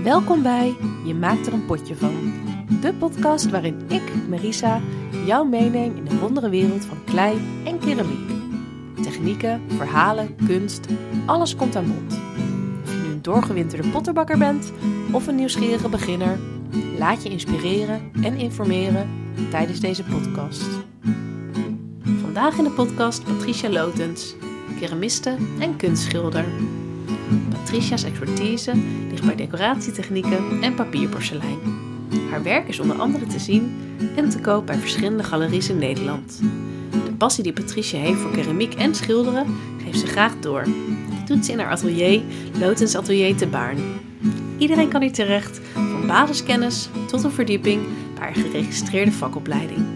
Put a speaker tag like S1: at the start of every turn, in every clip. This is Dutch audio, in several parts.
S1: Welkom bij Je maakt er een potje van. De podcast waarin ik, Marisa, jou meeneem in de wondere wereld van klei en keramiek. Technieken, verhalen, kunst, alles komt aan bod. Of je nu een doorgewinterde pottenbakker bent of een nieuwsgierige beginner, laat je inspireren en informeren tijdens deze podcast. Vandaag in de podcast Patricia Lotens, keramiste en kunstschilder. Patricia's expertise ligt bij decoratietechnieken en papierporselein. Haar werk is onder andere te zien en te koop bij verschillende galeries in Nederland. De passie die Patricia heeft voor keramiek en schilderen geeft ze graag door. Dit doet ze in haar atelier Lotens Atelier te Baarn. Iedereen kan hier terecht, van basiskennis tot een verdieping bij haar geregistreerde vakopleiding.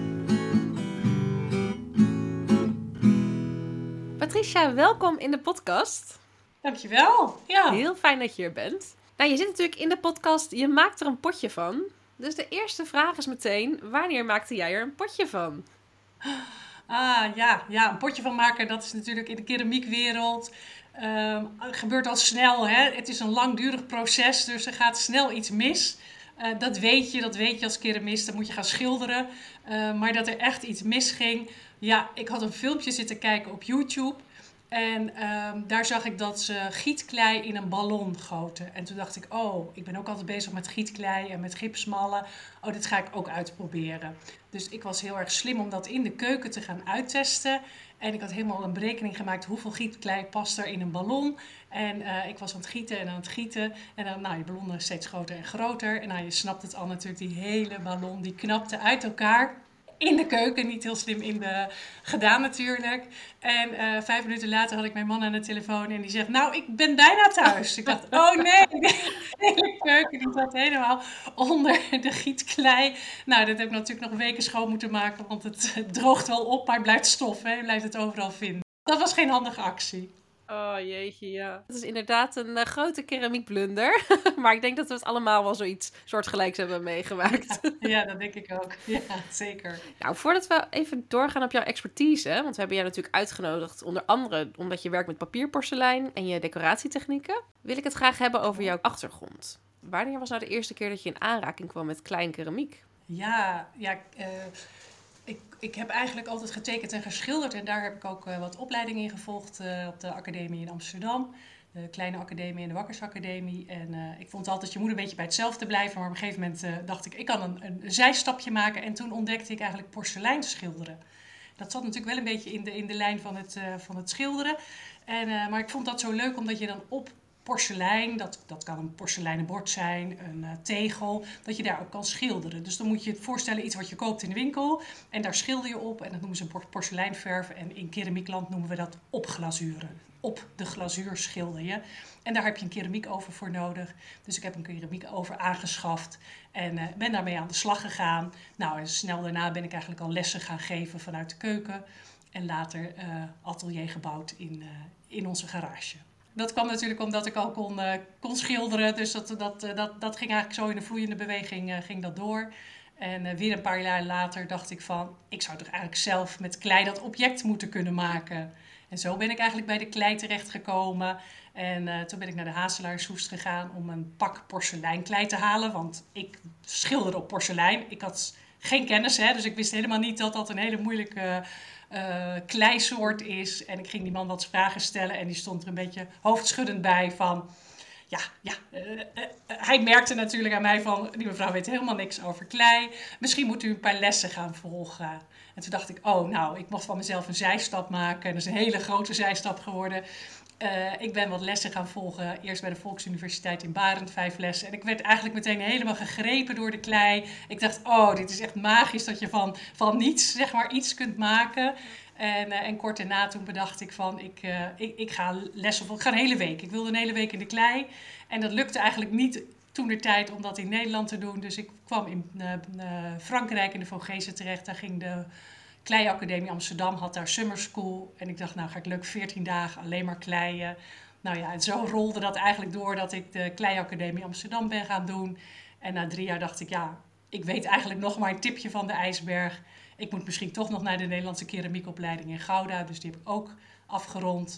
S1: Patricia, welkom in de podcast.
S2: Dankjewel. Ja.
S1: Heel fijn dat je hier bent. Nou, je zit natuurlijk in de podcast Je maakt er een potje van. Dus de eerste vraag is meteen, wanneer maakte jij er een potje van?
S2: Ja, een potje van maken, dat is natuurlijk in de keramiekwereld. Gebeurt al snel, hè? Het is een langdurig proces, dus er gaat snel iets mis. Dat weet je als keramist, dan moet je gaan schilderen. Maar dat er echt iets misging. Ja, ik had een filmpje zitten kijken op YouTube. En daar zag ik dat ze gietklei in een ballon goten. En toen dacht ik, ik ben ook altijd bezig met gietklei en met gipsmallen. Dit ga ik ook uitproberen. Dus ik was heel erg slim om dat in de keuken te gaan uittesten. En ik had helemaal een berekening gemaakt hoeveel gietklei past er in een ballon. En ik was aan het gieten en aan het gieten. En dan, je ballon is steeds groter en groter. En je snapt het al natuurlijk, die hele ballon die knapte uit elkaar. In de keuken, niet heel slim gedaan natuurlijk. En 5 minuten later had ik mijn man aan de telefoon en die zegt, ik ben bijna thuis. Ik dacht, nee, de hele keuken die zat helemaal onder de gietklei. Dat heb ik natuurlijk nog weken schoon moeten maken, want het droogt wel op, maar het blijft stof, hè? Je blijft het overal vinden. Dat was geen handige actie.
S1: Oh jeetje, ja. Het is inderdaad een grote keramiekblunder. Maar ik denk dat we het allemaal wel zoiets soortgelijks hebben meegemaakt.
S2: Ja, dat denk ik ook. Ja, zeker.
S1: Nou, voordat we even doorgaan op jouw expertise, want we hebben jou natuurlijk uitgenodigd, onder andere omdat je werkt met papierporselein en je decoratietechnieken, wil ik het graag hebben over jouw achtergrond. Wanneer was nou de eerste keer dat je in aanraking kwam met klei en keramiek?
S2: Ik heb eigenlijk altijd getekend en geschilderd en daar heb ik ook wat opleidingen in gevolgd op de academie in Amsterdam. De kleine academie en de Wakkersacademie. En ik vond altijd, je moet een beetje bij hetzelfde blijven. Maar op een gegeven moment dacht ik kan een zijstapje maken. En toen ontdekte ik eigenlijk porselein schilderen. Dat zat natuurlijk wel een beetje in de lijn van het schilderen. Maar ik vond dat zo leuk omdat je dan op porselein, dat kan een porseleinen bord zijn, een tegel, dat je daar ook kan schilderen. Dus dan moet je het voorstellen, iets wat je koopt in de winkel en daar schilder je op en dat noemen ze porseleinverf en in keramiekland noemen we dat opglazuren. Op de glazuur schilder je en daar heb je een keramiekoven voor nodig. Dus ik heb een keramiekoven aangeschaft en ben daarmee aan de slag gegaan. En snel daarna ben ik eigenlijk al lessen gaan geven vanuit de keuken en later atelier gebouwd in onze garage. Dat kwam natuurlijk omdat ik al kon schilderen. Dus dat ging eigenlijk zo in de vloeiende beweging ging dat door. En weer een paar jaar later dacht ik van, ik zou toch eigenlijk zelf met klei dat object moeten kunnen maken. En zo ben ik eigenlijk bij de klei terechtgekomen. En toen ben ik naar de Hazelaar-Soest gegaan om een pak porseleinklei te halen. Want ik schilderde op porselein. Ik had geen kennis, dus ik wist helemaal niet dat dat een hele moeilijke kleisoort is. En ik ging die man wat vragen stellen en die stond er een beetje hoofdschuddend bij van... Hij merkte natuurlijk aan mij van, die mevrouw weet helemaal niks over klei. Misschien moet u een paar lessen gaan volgen. En toen dacht ik, ik mocht van mezelf een zijstap maken. En dat is een hele grote zijstap geworden. Ik ben wat lessen gaan volgen. Eerst bij de Volksuniversiteit in Barend, 5 lessen. En ik werd eigenlijk meteen helemaal gegrepen door de klei. Ik dacht, dit is echt magisch dat je van niets, zeg maar, iets kunt maken. En kort daarna toen bedacht ik van, ik ga lessen volgen. Ik ga een hele week. Ik wilde een hele week in de klei. En dat lukte eigenlijk niet toentertijd om dat in Nederland te doen. Dus ik kwam in Frankrijk in de Vogezen terecht. Daar ging de Kleiacademie Amsterdam, had daar summer school. En ik dacht, ga ik leuk 14 dagen alleen maar kleien. En zo rolde dat eigenlijk door dat ik de Kleiacademie Amsterdam ben gaan doen. En na 3 jaar dacht ik, ik weet eigenlijk nog maar een tipje van de ijsberg. Ik moet misschien toch nog naar de Nederlandse keramiekopleiding in Gouda. Dus die heb ik ook afgerond.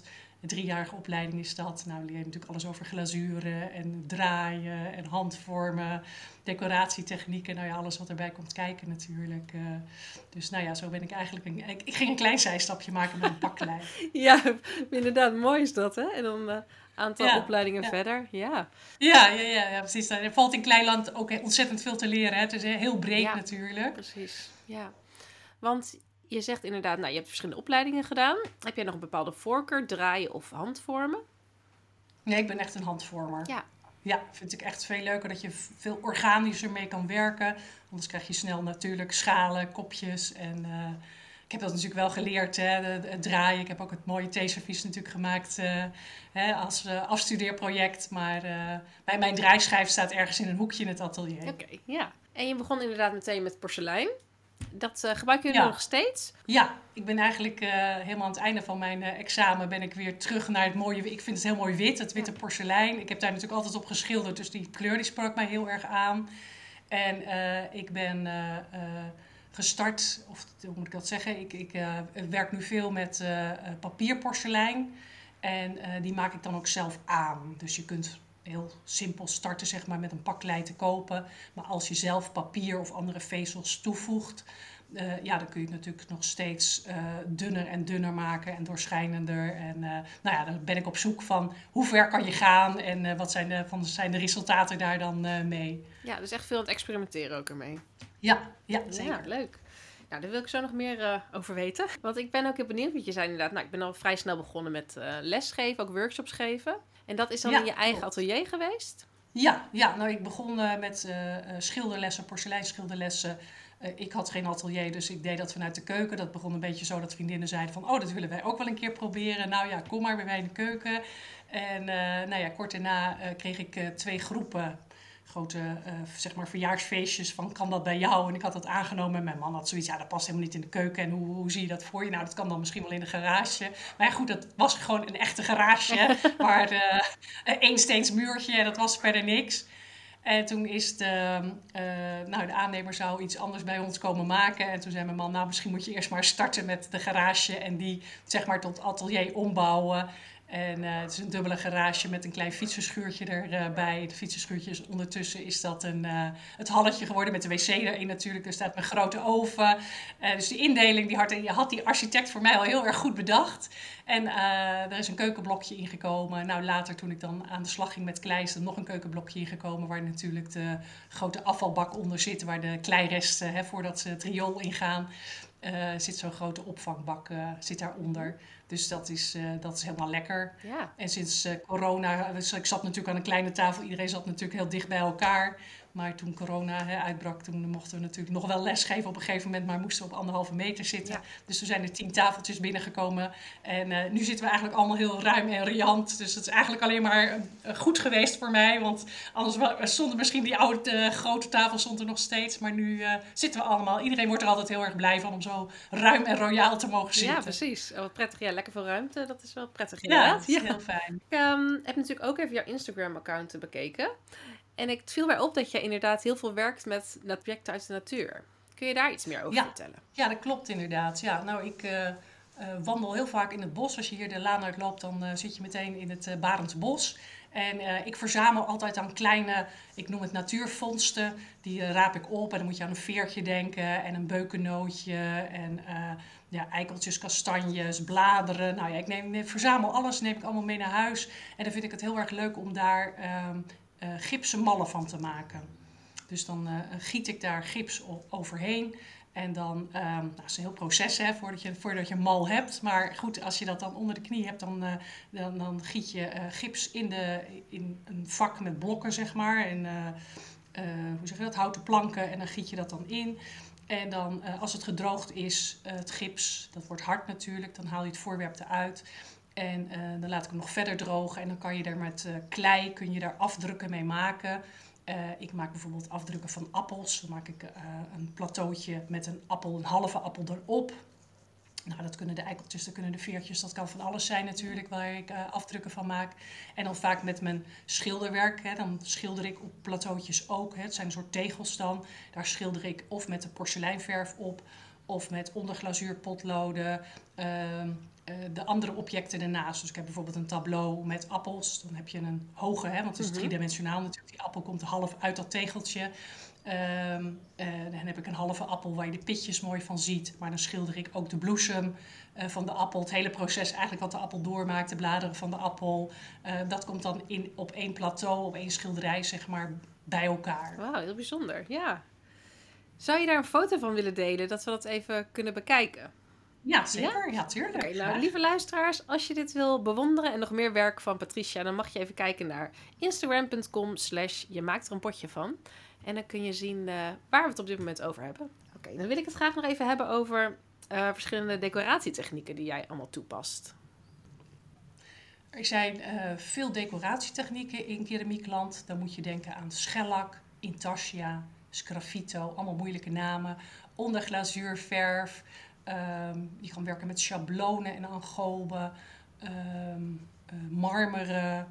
S2: Een 3-jarige opleiding is dat. Nou, leer je natuurlijk alles over glazuren en draaien en handvormen, decoratietechnieken. Nou ja, alles wat erbij komt kijken natuurlijk. Dus nou ja, zo ben ik eigenlijk... Ik ging een klein zijstapje maken met een bakklei.
S1: Ja, inderdaad, mooi is dat, hè? En dan een aantal
S2: Ja,
S1: opleidingen
S2: ja.
S1: verder, ja.
S2: Ja, precies. Er valt in Kleiland ook ontzettend veel te leren. Hè. Het is heel breed
S1: Ja,
S2: natuurlijk.
S1: precies, ja. Want je zegt inderdaad, nou, je hebt verschillende opleidingen gedaan. Heb jij nog een bepaalde voorkeur, draaien of handvormen?
S2: Nee, ik ben echt een handvormer.
S1: Ja,
S2: Ja, vind ik echt veel leuker dat je veel organischer mee kan werken. Anders krijg je snel natuurlijk schalen, kopjes. En ik heb dat natuurlijk wel geleerd, hè, het draaien. Ik heb ook het mooie theeservies natuurlijk gemaakt hè, als afstudeerproject. Maar bij mijn draaischijf staat ergens in een hoekje in het atelier.
S1: oké, ja. En je begon inderdaad meteen met porselein. Dat gebruik je nu
S2: Ja.
S1: nog steeds?
S2: Ja, ik ben eigenlijk helemaal aan het einde van mijn examen ben ik weer terug naar het mooie... Ik vind het heel mooi wit, het witte porselein. Ik heb daar natuurlijk altijd op geschilderd, dus die kleur die sprak mij heel erg aan. En ik ben gestart, of hoe moet ik dat zeggen? Ik werk nu veel met papierporselein. En die maak ik dan ook zelf aan. Dus je kunt heel simpel starten zeg maar, met een pakklei te kopen. Maar als je zelf papier of andere vezels toevoegt... dan kun je het natuurlijk nog steeds dunner en dunner maken en doorschijnender. En nou ja, dan ben ik op zoek van hoe ver kan je gaan en wat zijn de resultaten daar dan mee.
S1: Ja, dus echt veel aan het experimenteren ook ermee.
S2: Ja, zeker.
S1: Ja, leuk. Nou, daar wil ik zo nog meer over weten. Want ik ben ook heel benieuwd, want je zei inderdaad... Nou, ik ben al vrij snel begonnen met lesgeven, ook workshops geven. En dat is dan in je eigen atelier geweest?
S2: Ja, nou ik begon met schilderlessen, porseleinschilderlessen. Ik had geen atelier, dus ik deed dat vanuit de keuken. Dat begon een beetje zo dat vriendinnen zeiden van... dat willen wij ook wel een keer proberen. Nou ja, kom maar bij mij in de keuken. En kort daarna kreeg ik 2 groepen... grote zeg maar verjaarsfeestjes van kan dat bij jou? En ik had dat aangenomen en mijn man had zoiets, dat past helemaal niet in de keuken. En hoe zie je dat voor je? Nou, dat kan dan misschien wel in de garage. Maar ja, goed, dat was gewoon een echte garage. Waar één steens muurtje en dat was verder niks. En toen is de aannemer zou iets anders bij ons komen maken. En toen zei mijn man, nou misschien moet je eerst maar starten met de garage en die zeg maar tot atelier ombouwen. En het is een dubbele garage met een klein fietsenschuurtje erbij. Het fietsenschuurtje is ondertussen is dat het halletje geworden met de wc erin natuurlijk. Er staat een grote oven. Dus die indeling die had die architect voor mij al heel erg goed bedacht. En er is een keukenblokje ingekomen. Nou, later toen ik dan aan de slag ging met klei is er nog een keukenblokje ingekomen. Waar natuurlijk de grote afvalbak onder zit. Waar de kleiresten, voordat ze het riool ingaan, zit zo'n grote opvangbak zit daaronder. Dus dat is helemaal lekker.
S1: Ja.
S2: En sinds corona, dus ik zat natuurlijk aan een kleine tafel. Iedereen zat natuurlijk heel dicht bij elkaar. Maar toen corona uitbrak, toen mochten we natuurlijk nog wel lesgeven op een gegeven moment. Maar moesten we op 1,5 meter zitten. Ja. Dus toen zijn er 10 tafeltjes binnengekomen. En nu zitten we eigenlijk allemaal heel ruim en riant. Dus het is eigenlijk alleen maar goed geweest voor mij. Want anders stond misschien die oude grote tafel stond er nog steeds. Maar nu zitten we allemaal. Iedereen wordt er altijd heel erg blij van om zo ruim en royaal te mogen zitten.
S1: Ja, precies. Wat prettig. Ja, lekker veel ruimte. Dat is wel prettig
S2: Ja,
S1: inderdaad.
S2: dat is heel fijn.
S1: Ik heb natuurlijk ook even jouw Instagram-account bekeken. En het viel mij op dat je inderdaad heel veel werkt met objecten uit de natuur. Kun je daar iets meer over vertellen?
S2: Ja, dat klopt inderdaad. Ja, nou, ik wandel heel vaak in het bos. Als je hier de laan uitloopt, dan zit je meteen in het Barendse Bos. En ik verzamel altijd aan kleine, ik noem het natuurvondsten. Die raap ik op en dan moet je aan een veertje denken en een beukennootje en eikeltjes, kastanjes, bladeren. Nou ja, ik verzamel alles, neem ik allemaal mee naar huis. En dan vind ik het heel erg leuk om daar gipsen mallen van te maken. Dus dan giet ik daar gips overheen. En dan, dat is een heel proces voordat je een mal hebt. Maar goed, als je dat dan onder de knie hebt, dan giet je gips in een vak met blokken, zeg maar. En hoe zeg je dat? Houten planken. En dan giet je dat dan in. En dan, als het gedroogd is, het gips, dat wordt hard natuurlijk, dan haal je het voorwerp eruit. En dan laat ik hem nog verder drogen. En dan kan je er met klei, kun je daar afdrukken mee maken. Ik maak bijvoorbeeld afdrukken van appels. Dan maak ik een plateautje met een halve appel erop. Nou, dat kunnen de eikeltjes, dat kunnen de veertjes, dat kan van alles zijn natuurlijk waar ik afdrukken van maak. En dan vaak met mijn schilderwerk, dan schilder ik op plateautjes ook. Het zijn een soort tegels dan. Daar schilder ik of met de porseleinverf op of met onderglazuurpotloden de andere objecten ernaast. Dus ik heb bijvoorbeeld een tableau met appels. Dan heb je een hoge, want het is driedimensionaal natuurlijk. Die appel komt half uit dat tegeltje. Dan heb ik een halve appel waar je de pitjes mooi van ziet. Maar dan schilder ik ook de bloesem van de appel. Het hele proces eigenlijk wat de appel doormaakt. De bladeren van de appel. Dat komt dan op één plateau, op één schilderij zeg maar bij elkaar.
S1: Wauw, heel bijzonder. Ja. Zou je daar een foto van willen delen? Dat we dat even kunnen bekijken?
S2: Ja, zeker. Ja, tuurlijk.
S1: Oké, nou, lieve luisteraars, als je dit wil bewonderen en nog meer werk van Patricia, dan mag je even kijken naar instagram.com/je maakt er een potje van. En dan kun je zien waar we het op dit moment over hebben. Oké, dan wil ik het graag nog even hebben over verschillende decoratietechnieken die jij allemaal toepast.
S2: Er zijn veel decoratietechnieken in keramiekland. Dan moet je denken aan schellak, intarsia, sgraffito, allemaal moeilijke namen. Onderglazuurverf. Je kan werken met schablonen en engoben, marmeren.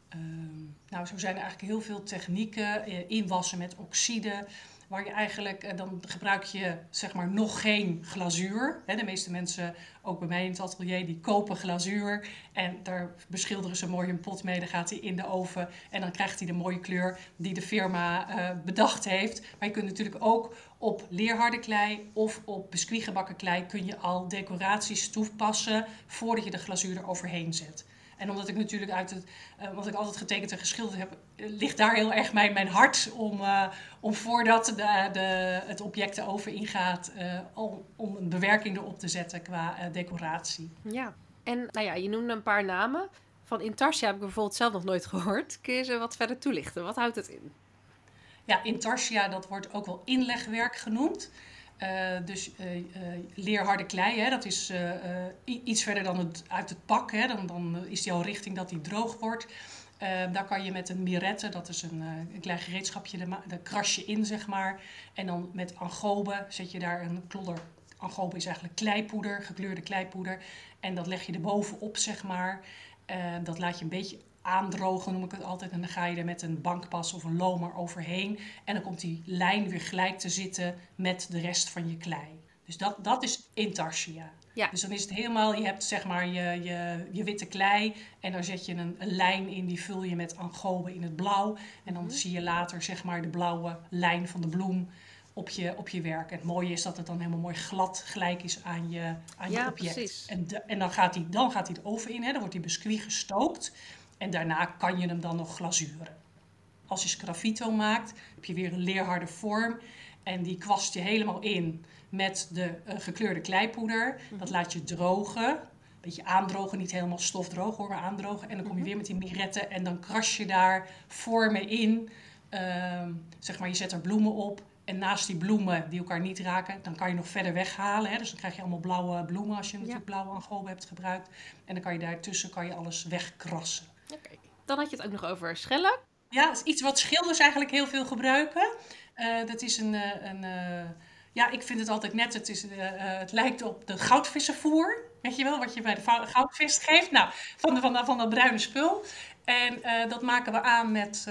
S2: Zo zijn er eigenlijk heel veel technieken. Inwassen met oxide. Waar je eigenlijk, dan gebruik je zeg maar nog geen glazuur. De meeste mensen, ook bij mij in het atelier, die kopen glazuur. En daar beschilderen ze mooi een pot mee. Dan gaat hij in de oven en dan krijgt hij de mooie kleur die de firma bedacht heeft. Maar je kunt natuurlijk ook op leerharde klei of op biscuitgebakken klei kun je al decoraties toepassen voordat je de glazuur er overheen zet. En omdat ik natuurlijk wat ik altijd getekend en geschilderd heb, ligt daar heel erg mijn hart om voordat het object de oven ingaat, om een bewerking erop te zetten qua decoratie.
S1: Ja, en je noemde een paar namen. Van intarsia heb ik bijvoorbeeld zelf nog nooit gehoord. Kun je ze wat verder toelichten? Wat houdt het in?
S2: Ja, intarsia, dat wordt ook wel inlegwerk genoemd. Leerharde klei, dat is iets verder dan uit het pak. Dan is die al richting dat die droog wordt. Daar kan je met een mirette, dat is een klein gereedschapje, daar kras je in, zeg maar. En dan met engobe zet je daar een klodder. Engobe is eigenlijk kleipoeder, gekleurde kleipoeder. En dat leg je er bovenop, zeg maar. Dat laat je een beetje aandrogen, noem ik het altijd. En dan ga je er met een bankpas of een lomer overheen. En dan komt die lijn weer gelijk te zitten met de rest van je klei. Dus dat is intarsia. Ja. Dus dan is het helemaal, je hebt zeg maar je witte klei. En daar zet je een lijn in, die vul je met engobe in het blauw. En dan zie je later zeg maar de blauwe lijn van de bloem op je werk. En het mooie is dat het dan helemaal mooi glad gelijk is aan je object.
S1: Precies.
S2: En dan gaat hij de oven in, dan wordt die biscuit gestookt. En daarna kan je hem dan nog glazuren. Als je sgraffito maakt, heb je weer een leerharde vorm. En die kwast je helemaal in met de gekleurde kleipoeder. Dat laat je drogen. Een beetje aandrogen, niet helemaal stofdroog hoor, maar aandrogen. En dan kom je weer met die mirette en dan kras je daar vormen in. Zeg maar, je zet er bloemen op. En naast die bloemen die elkaar niet raken, dan kan je nog verder weghalen. Dus dan krijg je allemaal blauwe bloemen als je natuurlijk blauwe engobe hebt gebruikt. En dan kan je daartussen alles wegkrassen.
S1: Oké. Dan had je het ook nog over schellak.
S2: Ja, dat is iets wat schilders eigenlijk heel veel gebruiken. Dat is ik vind het altijd net, het lijkt op de goudvissenvoer. Weet je wel, wat je bij de goudvis geeft? Nou, van dat bruine spul. En dat maken we aan met...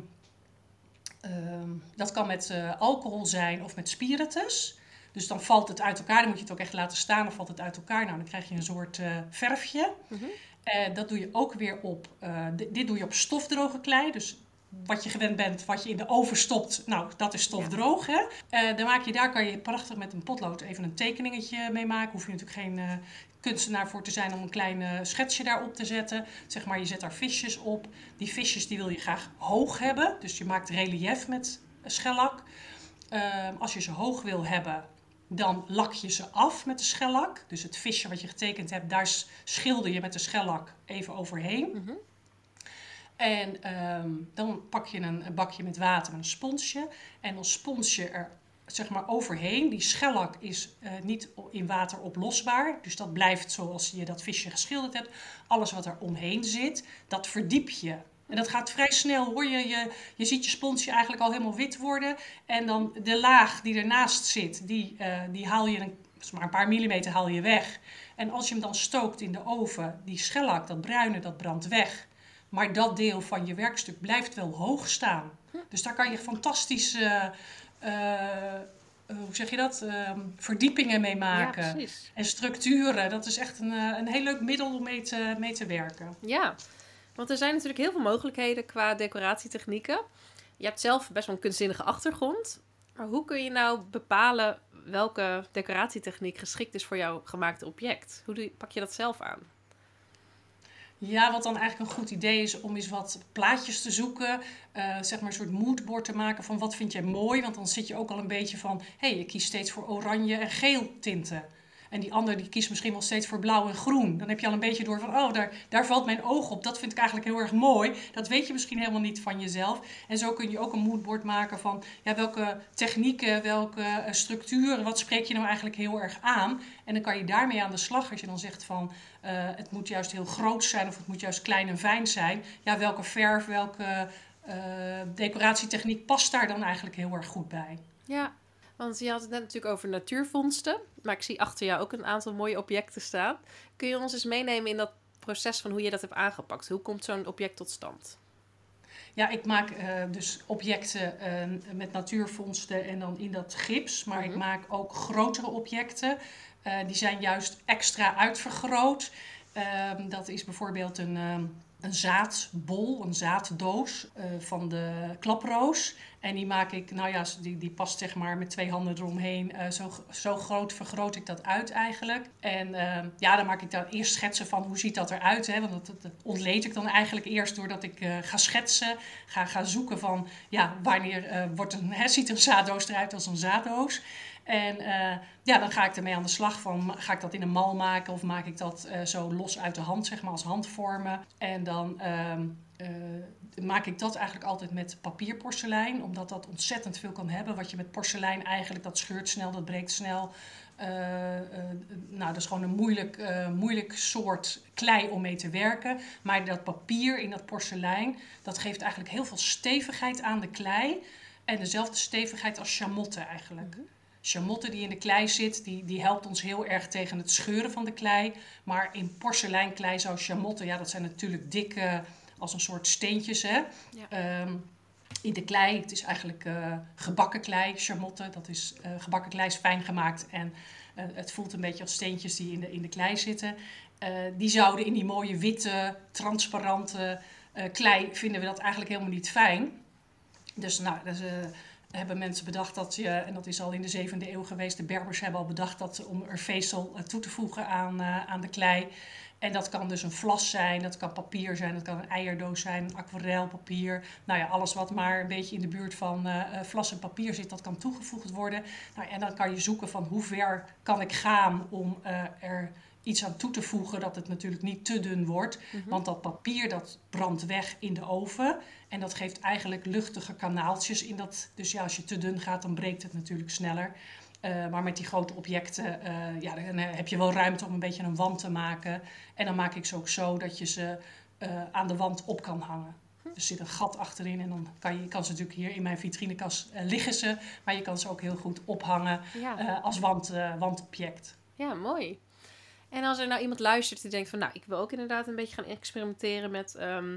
S2: dat kan met alcohol zijn of met spiritus. Dus dan valt het uit elkaar. Dan moet je het ook echt laten staan. Dan valt het uit elkaar. Nou, dan krijg je een soort verfje. Dat doe je ook weer op... dit doe je op stofdroge klei. Dus wat je gewend bent, wat je in de oven stopt... Nou, dat is stofdroog. Ja. Hè? Daar kan je prachtig met een potlood even een tekeningetje mee maken. Hoef je natuurlijk geen... kunstenaar voor te zijn om een klein schetsje daarop te zetten. Zeg maar, je zet daar visjes op. Die visjes die wil je graag hoog hebben. Dus je maakt relief met schellak. Als je ze hoog wil hebben, dan lak je ze af met de schellak. Dus het visje wat je getekend hebt, daar schilder je met de schellak even overheen. En dan pak je een bakje met water met een sponsje. En dan spons je er zeg maar overheen. Die schellak is niet in water oplosbaar. Dus dat blijft zoals je dat visje geschilderd hebt. Alles wat er omheen zit, dat verdiep je. En dat gaat vrij snel hoor. Je ziet je sponsje eigenlijk al helemaal wit worden. En dan de laag die ernaast zit, die haal je maar een paar millimeter haal je weg. En als je hem dan stookt in de oven, die schellak, dat bruine, dat brandt weg. Maar dat deel van je werkstuk blijft wel hoog staan. Dus daar kan je fantastisch hoe zeg je dat? Verdiepingen mee
S1: Ja,
S2: maken.
S1: precies.
S2: En structuren. Dat is echt een heel leuk middel om mee te werken.
S1: Ja, want er zijn natuurlijk heel veel mogelijkheden qua decoratietechnieken. Je hebt zelf best wel een kunstzinnige achtergrond. Maar hoe kun je nou bepalen welke decoratietechniek geschikt is voor jouw gemaakte object? Pak je dat zelf aan?
S2: Ja, wat dan eigenlijk een goed idee is om eens wat plaatjes te zoeken. Zeg maar een soort moodboard te maken van wat vind jij mooi. Want dan zit je ook al een beetje van, hé, ik kies steeds voor oranje en geel tinten. En die ander die kiest misschien wel steeds voor blauw en groen. Dan heb je al een beetje door van, oh, daar valt mijn oog op. Dat vind ik eigenlijk heel erg mooi. Dat weet je misschien helemaal niet van jezelf. En zo kun je ook een moodboard maken van, ja, welke technieken, welke structuren, wat spreek je nou eigenlijk heel erg aan. En dan kan je daarmee aan de slag als je dan zegt van, het moet juist heel groot zijn of het moet juist klein en fijn zijn. Ja, welke verf, welke decoratietechniek past daar dan eigenlijk heel erg goed bij?
S1: Ja, want je had het net natuurlijk over natuurvondsten. Maar ik zie achter jou ook een aantal mooie objecten staan. Kun je ons eens meenemen in dat proces van hoe je dat hebt aangepakt? Hoe komt zo'n object tot stand?
S2: Ja, ik maak dus objecten met natuurvondsten en dan in dat gips. Maar ik maak ook grotere objecten. Die zijn juist extra uitvergroot. Dat is bijvoorbeeld een zaadbol, een zaaddoos van de klaproos. En die maak ik, nou ja, die past zeg maar met 2 handen eromheen. Zo groot vergroot ik dat uit eigenlijk. En ja, dan maak ik daar eerst schetsen van hoe ziet dat eruit. Hè? Want dat ontleed ik dan eigenlijk eerst doordat ik ga schetsen. Ga zoeken van, ja, wanneer ziet een zaaddoos eruit als een zaaddoos. En ja, dan ga ik ermee aan de slag van, ga ik dat in een mal maken of maak ik dat zo los uit de hand, zeg maar, als handvormen. En dan maak ik dat eigenlijk altijd met papierporselein, omdat dat ontzettend veel kan hebben. Wat je met porselein eigenlijk, dat scheurt snel, dat breekt snel. Nou, dat is gewoon een moeilijk soort klei om mee te werken. Maar dat papier in dat porselein, dat geeft eigenlijk heel veel stevigheid aan de klei. En dezelfde stevigheid als chamotte eigenlijk. Chamotte die in de klei zit, die helpt ons heel erg tegen het scheuren van de klei. Maar in porseleinklei zou chamotte, ja, dat zijn natuurlijk dikke, als een soort steentjes, hè. Ja. In de klei, het is eigenlijk gebakken klei, chamotte. Dat is, gebakken klei is fijn gemaakt en het voelt een beetje als steentjes die in de klei zitten. Die zouden in die mooie witte, transparante klei, vinden we dat eigenlijk helemaal niet fijn. Dus nou, hebben mensen bedacht dat je, en dat is al in de 7e eeuw geweest, de Berbers hebben al bedacht dat om er vezel toe te voegen aan de klei. En dat kan dus een vlas zijn, dat kan papier zijn, dat kan een eierdoos zijn, aquarelpapier. Nou ja, alles wat maar een beetje in de buurt van vlas en papier zit, dat kan toegevoegd worden. Nou, en dan kan je zoeken van hoe ver kan ik gaan om er iets aan toe te voegen dat het natuurlijk niet te dun wordt. Want dat papier dat brandt weg in de oven. En dat geeft eigenlijk luchtige kanaaltjes in dat. Dus ja, als je te dun gaat, dan breekt het natuurlijk sneller. Maar met die grote objecten ja, dan heb je wel ruimte om een beetje een wand te maken. En dan maak ik ze ook zo dat je ze aan de wand op kan hangen. Er zit een gat achterin en dan kan ze natuurlijk hier in mijn vitrinekast liggen ze. Maar je kan ze ook heel goed ophangen als wandobject.
S1: Ja, mooi. En als er nou iemand luistert die denkt van, nou, ik wil ook inderdaad een beetje gaan experimenteren met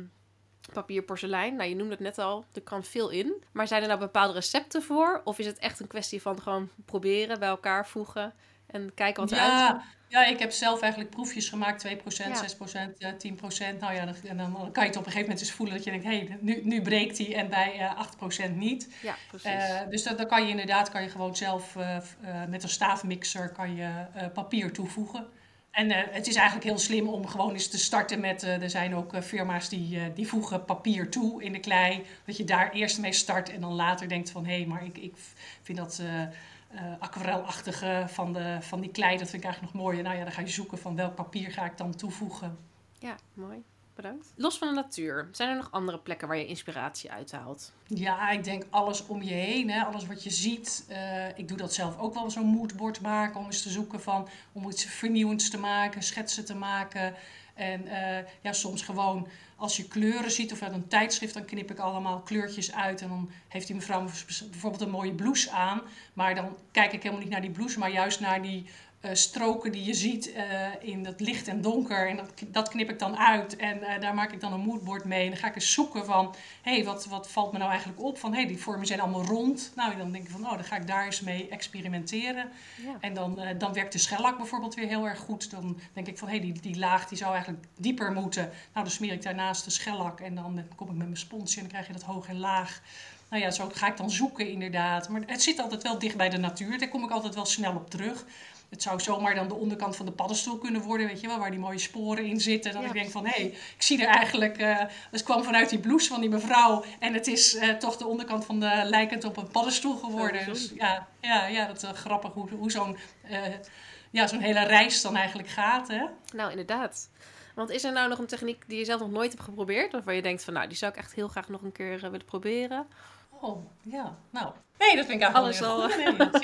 S1: papier, porselein. Nou, je noemde het net al, er kan veel in. Maar zijn er nou bepaalde recepten voor? Of is het echt een kwestie van gewoon proberen, bij elkaar voegen en kijken wat eruit komt?
S2: Ja, ik heb zelf eigenlijk proefjes gemaakt. 2%,
S1: Ja.
S2: 6%, 10%. Nou ja, en dan kan je het op een gegeven moment eens voelen dat je denkt, hé, nu breekt die en bij 8% niet.
S1: Ja, precies.
S2: Dus dan kan je inderdaad gewoon zelf met een staafmixer kan je papier toevoegen. En het is eigenlijk heel slim om gewoon eens te starten met, er zijn ook firma's die voegen papier toe in de klei. Dat je daar eerst mee start en dan later denkt van, hé, maar ik vind dat aquarelachtige van die klei, dat vind ik eigenlijk nog mooier. Nou ja, dan ga je zoeken van welk papier ga ik dan toevoegen.
S1: Ja, mooi. Bedankt. Los van de natuur, zijn er nog andere plekken waar je inspiratie uithaalt?
S2: Ja, ik denk alles om je heen, hè? Alles wat je ziet. Ik doe dat zelf ook wel, zo'n moodboard maken om eens te zoeken van, om iets vernieuwends te maken, schetsen te maken. En ja, soms gewoon als je kleuren ziet of uit een tijdschrift, dan knip ik allemaal kleurtjes uit. En dan heeft die mevrouw bijvoorbeeld een mooie blouse aan. Maar dan kijk ik helemaal niet naar die blouse, maar juist naar die stroken die je ziet in het licht en donker. En dat knip ik dan uit. En daar maak ik dan een moodboard mee. En dan ga ik eens zoeken van, wat valt me nou eigenlijk op? Van, die vormen zijn allemaal rond. Nou, dan denk ik van, dan ga ik daar eens mee experimenteren. Ja. En dan werkt de schellak bijvoorbeeld weer heel erg goed. Dan denk ik van, die laag die zou eigenlijk dieper moeten. Nou, dan smeer ik daarnaast de schellak. En dan kom ik met mijn sponsje en dan krijg je dat hoog en laag. Nou ja, zo ga ik dan zoeken inderdaad. Maar het zit altijd wel dicht bij de natuur. Daar kom ik altijd wel snel op terug. Het zou zomaar dan de onderkant van de paddenstoel kunnen worden, weet je wel, waar die mooie sporen in zitten. Dat ik denk van, ik zie er eigenlijk, het kwam vanuit die blouse van die mevrouw en het is toch de onderkant van de lijkend op een paddenstoel geworden. Dus dat is grappig hoe zo'n hele reis dan eigenlijk gaat, hè?
S1: Nou, inderdaad. Want is er nou nog een techniek die je zelf nog nooit hebt geprobeerd, waarvan je denkt van, nou, die zou ik echt heel graag nog een keer willen proberen?
S2: Oh, ja, nou. Nee, dat vind ik eigenlijk
S1: alles al.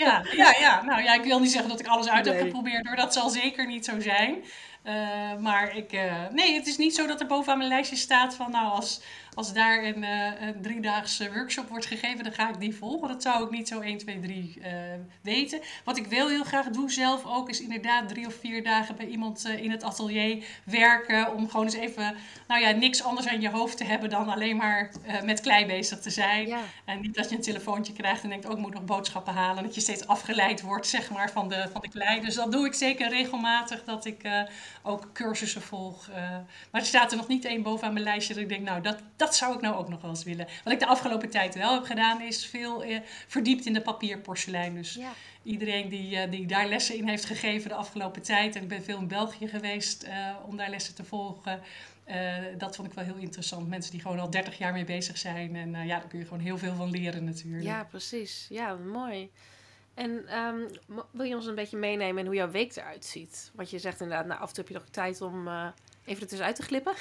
S2: Ja. Nou ja, ik wil niet zeggen dat ik alles uit heb geprobeerd hoor. Dat zal zeker niet zo zijn. Maar het is niet zo dat er bovenaan mijn lijstje staat van, nou, als daar een 3-daagse workshop wordt gegeven, dan ga ik die volgen. Dat zou ik niet zo 1, 2, 3 weten. Wat ik wel heel graag doe zelf ook, is inderdaad 3 of 4 dagen bij iemand in het atelier werken. Om gewoon eens even, niks anders aan je hoofd te hebben dan alleen maar met klei bezig te zijn. Ja. En niet dat je een telefoontje krijgt en denkt, ik moet nog boodschappen halen. Dat je steeds afgeleid wordt, zeg maar, van de klei. Dus dat doe ik zeker regelmatig, dat ik ook cursussen volg. Maar er staat er nog niet één bovenaan mijn lijstje dat ik denk, nou, dat zou ik nou ook nog wel eens willen. Wat ik de afgelopen tijd wel heb gedaan, is veel verdiept in de papierporselein. Dus iedereen die daar lessen in heeft gegeven de afgelopen tijd. En ik ben veel in België geweest om daar lessen te volgen. Dat vond ik wel heel interessant. Mensen die gewoon al 30 jaar mee bezig zijn. En daar kun je gewoon heel veel van leren natuurlijk.
S1: Ja, precies. Ja, mooi. En wil je ons een beetje meenemen in hoe jouw week eruit ziet? Want je zegt inderdaad, af en toe heb je nog tijd om even ertussenuit te glippen.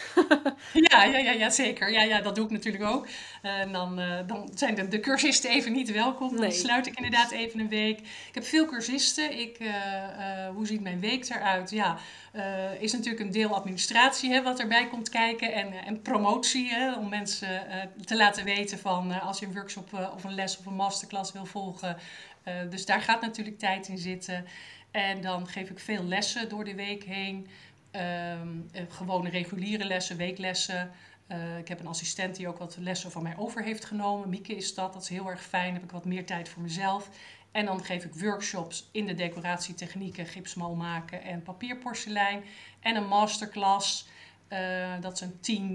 S2: Ja, zeker. Ja, dat doe ik natuurlijk ook. En dan zijn de cursisten even niet welkom. Dan sluit ik inderdaad even een week. Ik heb veel cursisten. Hoe ziet mijn week eruit? Ja, is natuurlijk een deel administratie wat erbij komt kijken. En promotie, om mensen te laten weten van als je een workshop of een les of een masterclass wil volgen. Dus daar gaat natuurlijk tijd in zitten. En dan geef ik veel lessen door de week heen. Gewone reguliere lessen, weeklessen. Ik heb een assistent die ook wat lessen van mij over heeft genomen. Mieke is dat is heel erg fijn. Dan heb ik wat meer tijd voor mezelf. En dan geef ik workshops in de decoratietechnieken, gipsmal maken en papierporselein. En een masterclass. Dat zijn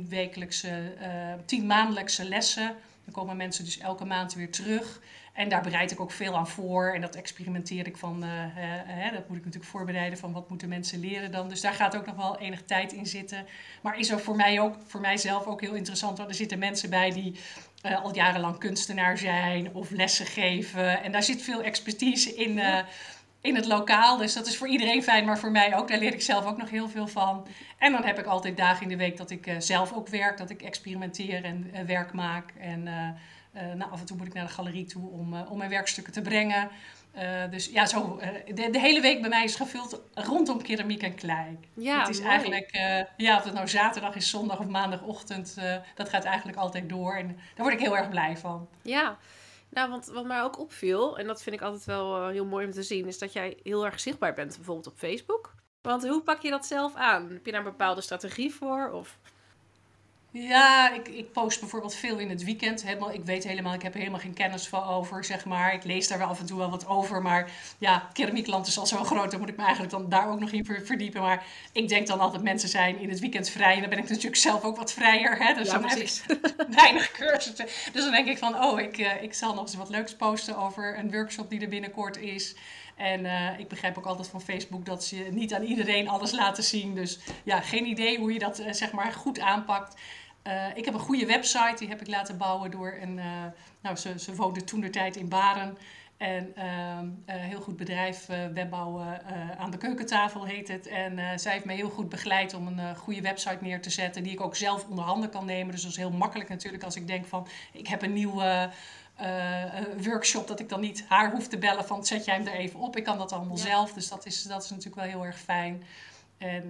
S2: 10 maandelijkse lessen. Dan komen mensen dus elke maand weer terug. En daar bereid ik ook veel aan voor. En dat experimenteer ik van, dat moet ik natuurlijk voorbereiden van wat moeten mensen leren dan. Dus daar gaat ook nog wel enig tijd in zitten. Maar is er voor mijzelf ook heel interessant. Want er zitten mensen bij die al jarenlang kunstenaar zijn of lessen geven. En daar zit veel expertise in het lokaal. Dus dat is voor iedereen fijn, maar voor mij ook. Daar leer ik zelf ook nog heel veel van. En dan heb ik altijd dagen in de week dat ik zelf ook werk. Dat ik experimenteer en werk maak. En af en toe moet ik naar de galerie toe om mijn werkstukken te brengen. Dus ja, zo, de hele week bij mij is gevuld rondom keramiek en klei.
S1: Ja,
S2: het is mooi. Eigenlijk, of het nou zaterdag is, zondag of maandagochtend, dat gaat eigenlijk altijd door. En daar word ik heel erg blij van.
S1: Ja, nou, want wat mij ook opviel, en dat vind ik altijd wel heel mooi om te zien, is dat jij heel erg zichtbaar bent, bijvoorbeeld op Facebook. Want hoe pak je dat zelf aan? Heb je daar een bepaalde strategie voor? Of?
S2: Ja, ik post bijvoorbeeld veel in het weekend. Ik heb er helemaal geen kennis van over, zeg maar. Ik lees daar wel af en toe wel wat over. Maar ja, keramiekland is al zo groot, dan moet ik me eigenlijk dan daar ook nog in verdiepen. Maar ik denk dan altijd, mensen zijn in het weekend vrij. En dan ben ik natuurlijk zelf ook wat vrijer. Hè? Dus dan heb ik weinig cursussen. Dus dan denk ik van, ik zal nog eens wat leuks posten over een workshop die er binnenkort is. En ik begrijp ook altijd van Facebook dat ze niet aan iedereen alles laten zien. Dus ja, geen idee hoe je dat zeg maar goed aanpakt. Ik heb een goede website, die heb ik laten bouwen door ze woonde toentertijd in Baren. En heel goed bedrijf, webbouwen aan de keukentafel heet het. En zij heeft mij heel goed begeleid om een goede website neer te zetten, die ik ook zelf onder handen kan nemen. Dus dat is heel makkelijk natuurlijk als ik denk van, ik heb een nieuwe workshop, dat ik dan niet haar hoef te bellen van, zet jij hem er even op. Ik kan dat allemaal zelf, dus dat is natuurlijk wel heel erg fijn. En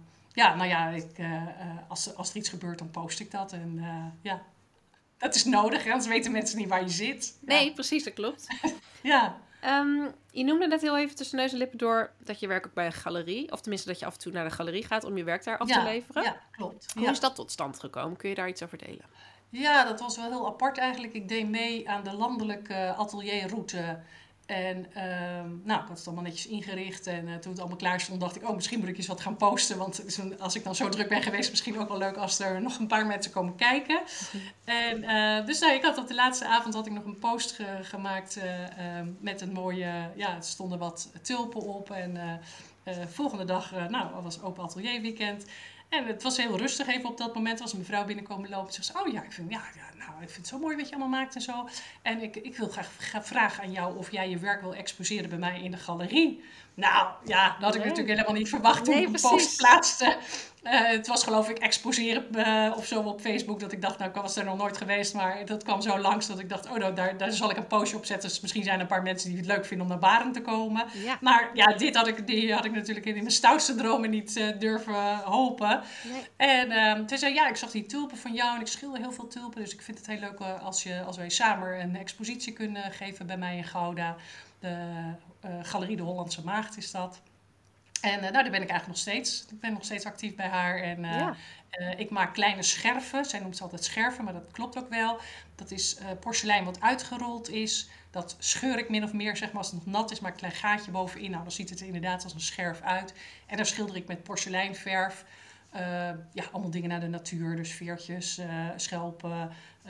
S2: als er iets gebeurt, dan post ik dat. En dat is nodig, anders weten mensen niet waar je zit.
S1: Nee, precies, dat klopt.
S2: Ja.
S1: Je noemde net heel even tussen neus en lippen door dat je werkt ook bij een galerie. Of tenminste dat je af en toe naar de galerie gaat om je werk daar af te leveren.
S2: Ja, klopt.
S1: Hoe is dat tot stand gekomen? Kun je daar iets over delen?
S2: Ja, dat was wel heel apart eigenlijk. Ik deed mee aan de landelijke atelierroute. En ik had het allemaal netjes ingericht. En toen het allemaal klaar stond, dacht ik, misschien moet ik eens wat gaan posten. Want als ik dan zo druk ben geweest, misschien ook wel leuk als er nog een paar mensen komen kijken. En ik had op de laatste avond had ik nog een post gemaakt met een mooie, er stonden wat tulpen op. En volgende dag, was open atelierweekend. En het was heel rustig even op dat moment. Als een mevrouw binnenkomen lopen, zegt ze, ik vind het zo mooi wat je allemaal maakt en zo. En ik wil graag vragen aan jou of jij je werk wil exposeren bij mij in de galerie. Nou, ja, dat had ik natuurlijk helemaal niet verwacht toen ik een post plaatste. Het was geloof ik exposeren of zo op Facebook. Dat ik dacht, ik was er nog nooit geweest. Maar dat kwam zo langs dat ik dacht, daar zal ik een postje op zetten. Dus misschien zijn er een paar mensen die het leuk vinden om naar Baren te komen. Ja. Maar ja, die had ik natuurlijk in mijn stoutste dromen niet durven hopen. Nee. En toen zei ik zag die tulpen van jou en ik schilder heel veel tulpen. Dus ik vind het heel leuk als wij samen een expositie kunnen geven bij mij in Gouda. De Galerie de Hollandse Maagd is dat. En daar ben ik eigenlijk nog steeds. Ik ben nog steeds actief bij haar. En ik maak kleine scherven. Zij noemt ze altijd scherven, maar dat klopt ook wel. Dat is porselein wat uitgerold is. Dat scheur ik min of meer, zeg maar, als het nog nat is, maak ik een klein gaatje bovenin. Nou, dan ziet het er inderdaad als een scherf uit. En daar schilder ik met porseleinverf. Allemaal dingen naar de natuur. Dus veertjes, schelpen,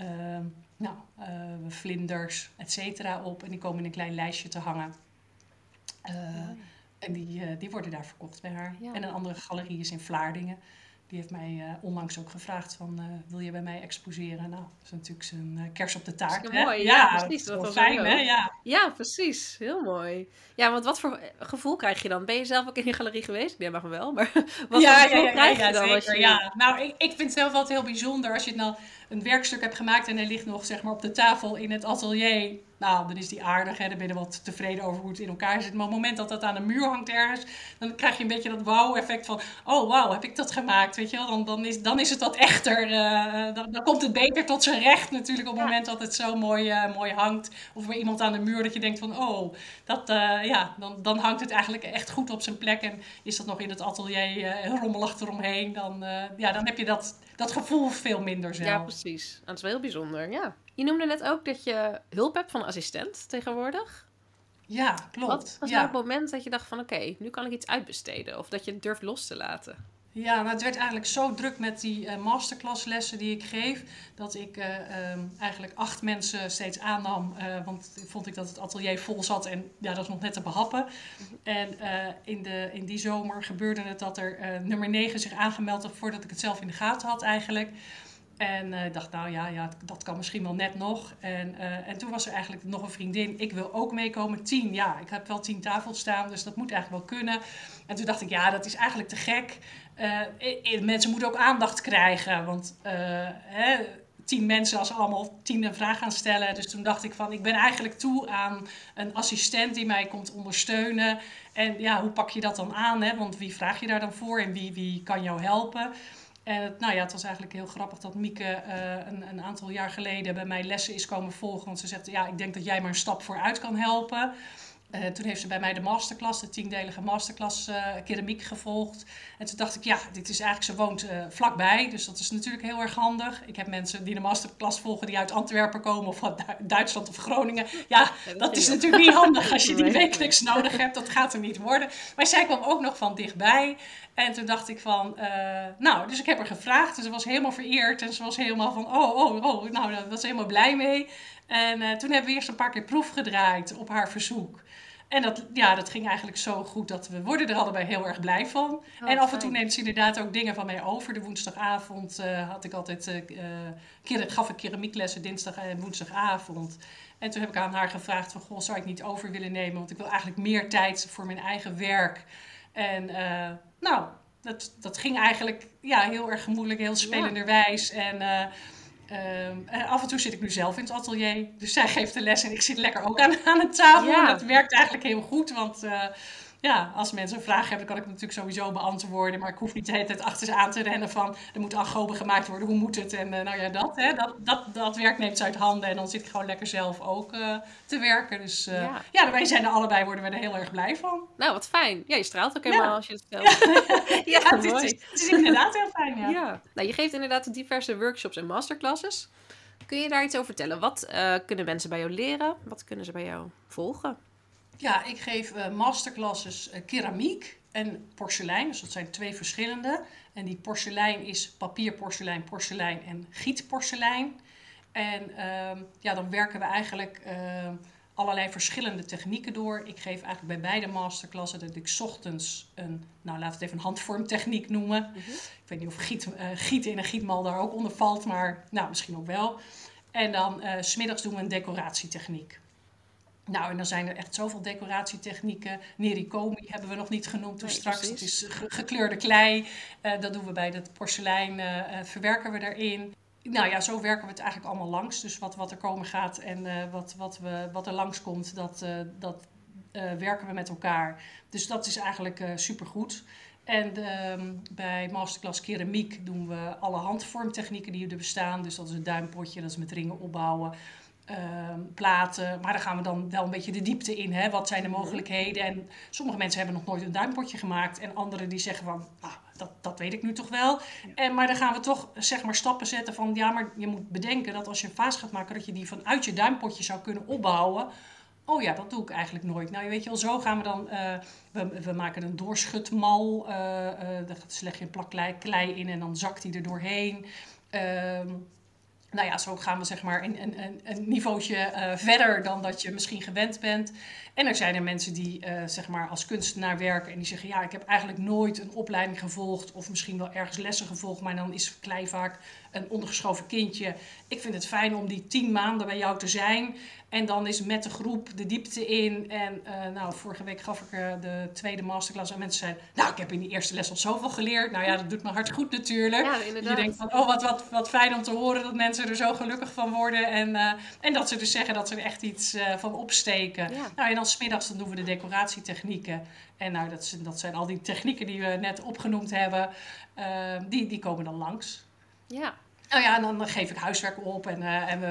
S2: vlinders, et cetera op. En die komen in een klein lijstje te hangen. En die worden daar verkocht bij haar. Ja. En een andere galerie is in Vlaardingen. Die heeft mij onlangs ook gevraagd van, wil je bij mij exposeren? Nou, dat is natuurlijk zijn kers op de taart.
S1: Dat is mooi,
S2: ja, precies. Dat is wel fijn, hè?
S1: Ja, precies. Heel mooi. Ja, want wat voor gevoel krijg je dan? Ben je zelf ook in die galerie geweest? Nee, mag wel, maar wat voor gevoel krijg je dan?
S2: Zeker, ja. Nou, ik vind het zelf altijd heel bijzonder als je nou een werkstuk hebt gemaakt en hij ligt nog, zeg maar, op de tafel in het atelier. Nou, dan is die aardig, hè? Dan ben je er wat tevreden over hoe het in elkaar zit. Maar op het moment dat dat aan de muur hangt ergens, dan krijg je een beetje dat wow-effect van, oh wauw, heb ik dat gemaakt, weet je wel? Dan is het wat echter. Dan komt het beter tot zijn recht natuurlijk op het moment dat het zo mooi hangt. Of bij iemand aan de muur dat je denkt van, dan hangt het eigenlijk echt goed op zijn plek. En is dat nog in het atelier rommelig eromheen, dan heb je dat gevoel veel minder zelf.
S1: Ja, precies. Dat is wel heel bijzonder, ja. Je noemde net ook dat je hulp hebt van een assistent tegenwoordig.
S2: Ja, klopt.
S1: Wat was nou het moment dat je dacht van oké, nu kan ik iets uitbesteden? Of dat je het durft los te laten?
S2: Ja, nou het werd eigenlijk zo druk met die masterclasslessen die ik geef, dat ik eigenlijk 8 mensen steeds aannam. Want vond ik dat het atelier vol zat en dat is nog net te behappen. En in die zomer gebeurde het dat er nummer 9 zich aangemeld had voordat ik het zelf in de gaten had eigenlijk. En ik dacht, dat kan misschien wel net nog. En toen was er eigenlijk nog een vriendin. Ik wil ook meekomen. 10, ik heb wel 10 tafels staan, dus dat moet eigenlijk wel kunnen. En toen dacht ik, dat is eigenlijk te gek. Mensen moeten ook aandacht krijgen. Want 10 mensen als ze allemaal 10 een vraag gaan stellen. Dus toen dacht ik van, ik ben eigenlijk toe aan een assistent die mij komt ondersteunen. En hoe pak je dat dan aan? Hè? Want wie vraag je daar dan voor en wie kan jou helpen? En het was eigenlijk heel grappig dat Mieke een aantal jaar geleden bij mij lessen is komen volgen. Want ze zegt, ik denk dat jij maar een stap vooruit kan helpen. Toen heeft ze bij mij de masterclass, de 10-delige masterclass keramiek gevolgd. En toen dacht ik, dit is eigenlijk, ze woont vlakbij. Dus dat is natuurlijk heel erg handig. Ik heb mensen die de masterclass volgen die uit Antwerpen komen of uit Duitsland of Groningen. Ja, dat is natuurlijk niet handig als je die wekelijks nodig hebt. Dat gaat er niet worden. Maar zij kwam ook nog van dichtbij. En toen dacht ik van, dus ik heb haar gevraagd. En ze was helemaal vereerd. En ze was helemaal van, daar was ze helemaal blij mee. En toen hebben we eerst een paar keer proef gedraaid op haar verzoek. En dat ging eigenlijk zo goed dat we worden er allebei heel erg blij van. En af en toe neemt ze inderdaad ook dingen van mij over. De woensdagavond had ik altijd, gaf ik keramieklessen dinsdag en woensdagavond. En toen heb ik aan haar gevraagd van, goh, zou ik niet over willen nemen? Want ik wil eigenlijk meer tijd voor mijn eigen werk. En dat ging eigenlijk heel erg gemoedelijk, heel spelenderwijs. En af en toe zit ik nu zelf in het atelier. Dus zij geeft de les en ik zit lekker ook aan een tafel. Ja. Dat werkt eigenlijk heel goed, want ja, als mensen een vraag hebben, kan ik het natuurlijk sowieso beantwoorden. Maar ik hoef niet de hele tijd achter ze aan te rennen van, er moet agoben gemaakt worden, hoe moet het? En nou ja, dat werk neemt ze uit handen. En dan zit ik gewoon lekker zelf ook te werken. Dus ja, wij zijn er allebei, worden we er heel erg blij van.
S1: Nou, wat fijn. Ja, je straalt ook
S2: Ja.
S1: helemaal als je het vertelt.
S2: Ja, het
S1: mooi.
S2: is inderdaad heel fijn, ja.
S1: Ja. Nou, je geeft inderdaad diverse workshops en masterclasses. Kun je daar iets over vertellen? Wat kunnen mensen bij jou leren? Wat kunnen ze bij jou volgen?
S2: Ja, ik geef masterclasses keramiek en porselein. Dus dat zijn 2 verschillende. En die porselein is papierporselein, porselein en gietporselein. En ja, dan werken we eigenlijk allerlei verschillende technieken door. Ik geef eigenlijk bij beide masterclassen dat ik 's ochtends een, nou laten we het even een handvormtechniek noemen. Ik weet niet of gieten in een gietmal daar ook onder valt, maar nou, misschien ook wel. En dan 's middags doen we een decoratietechniek. Nou, en dan zijn er echt zoveel decoratietechnieken. Nerikomi hebben we nog niet genoemd toen straks.
S1: Precies.
S2: Het is gekleurde klei. Dat doen we bij het porselein, verwerken we daarin. Nou ja, zo werken we het eigenlijk allemaal langs. Dus wat er komen gaat en wat er langskomt, dat werken we met elkaar. Dus dat is eigenlijk supergoed. En bij Masterclass Keramiek doen we alle handvormtechnieken die er bestaan. Dus dat is een duimpotje, dat is met ringen opbouwen. Platen, maar daar gaan we dan wel een beetje de diepte in. Hè? Wat zijn de mogelijkheden? En sommige mensen hebben nog nooit een duimpotje gemaakt. En anderen die zeggen van, dat weet ik nu toch wel. Maar dan gaan we toch zeg maar stappen zetten van, ja, maar je moet bedenken dat als je een vaas gaat maken, dat je die vanuit je duimpotje zou kunnen opbouwen. Oh ja, dat doe ik eigenlijk nooit. Nou, je weet je wel, zo gaan we dan, we maken een doorschutmal. Daar leg je een plak klei in en dan zakt die er doorheen. Nou ja, zo gaan we zeg maar een niveautje verder dan dat je misschien gewend bent. En er zijn er mensen die zeg maar als kunstenaar werken en die zeggen, ja, ik heb eigenlijk nooit een opleiding gevolgd of misschien wel ergens lessen gevolgd, maar dan is klei vaak een ondergeschoven kindje. Ik vind het fijn om die 10 maanden bij jou te zijn en dan is met de groep de diepte in. En nou, vorige week gaf ik de tweede masterclass en mensen zeiden, nou, ik heb in die eerste les al zoveel geleerd. Nou ja, dat doet mijn hart goed natuurlijk.
S1: Ja, inderdaad.
S2: Je denkt van, oh, wat fijn om te horen dat mensen er zo gelukkig van worden. En dat ze dus zeggen dat ze er echt iets van opsteken.
S1: Ja.
S2: Nou, en dan 's middags dan doen we de decoratietechnieken. En nou, dat zijn al die technieken die we net opgenoemd hebben. Die komen dan langs.
S1: Ja.
S2: Nou ja, en dan geef ik huiswerk op en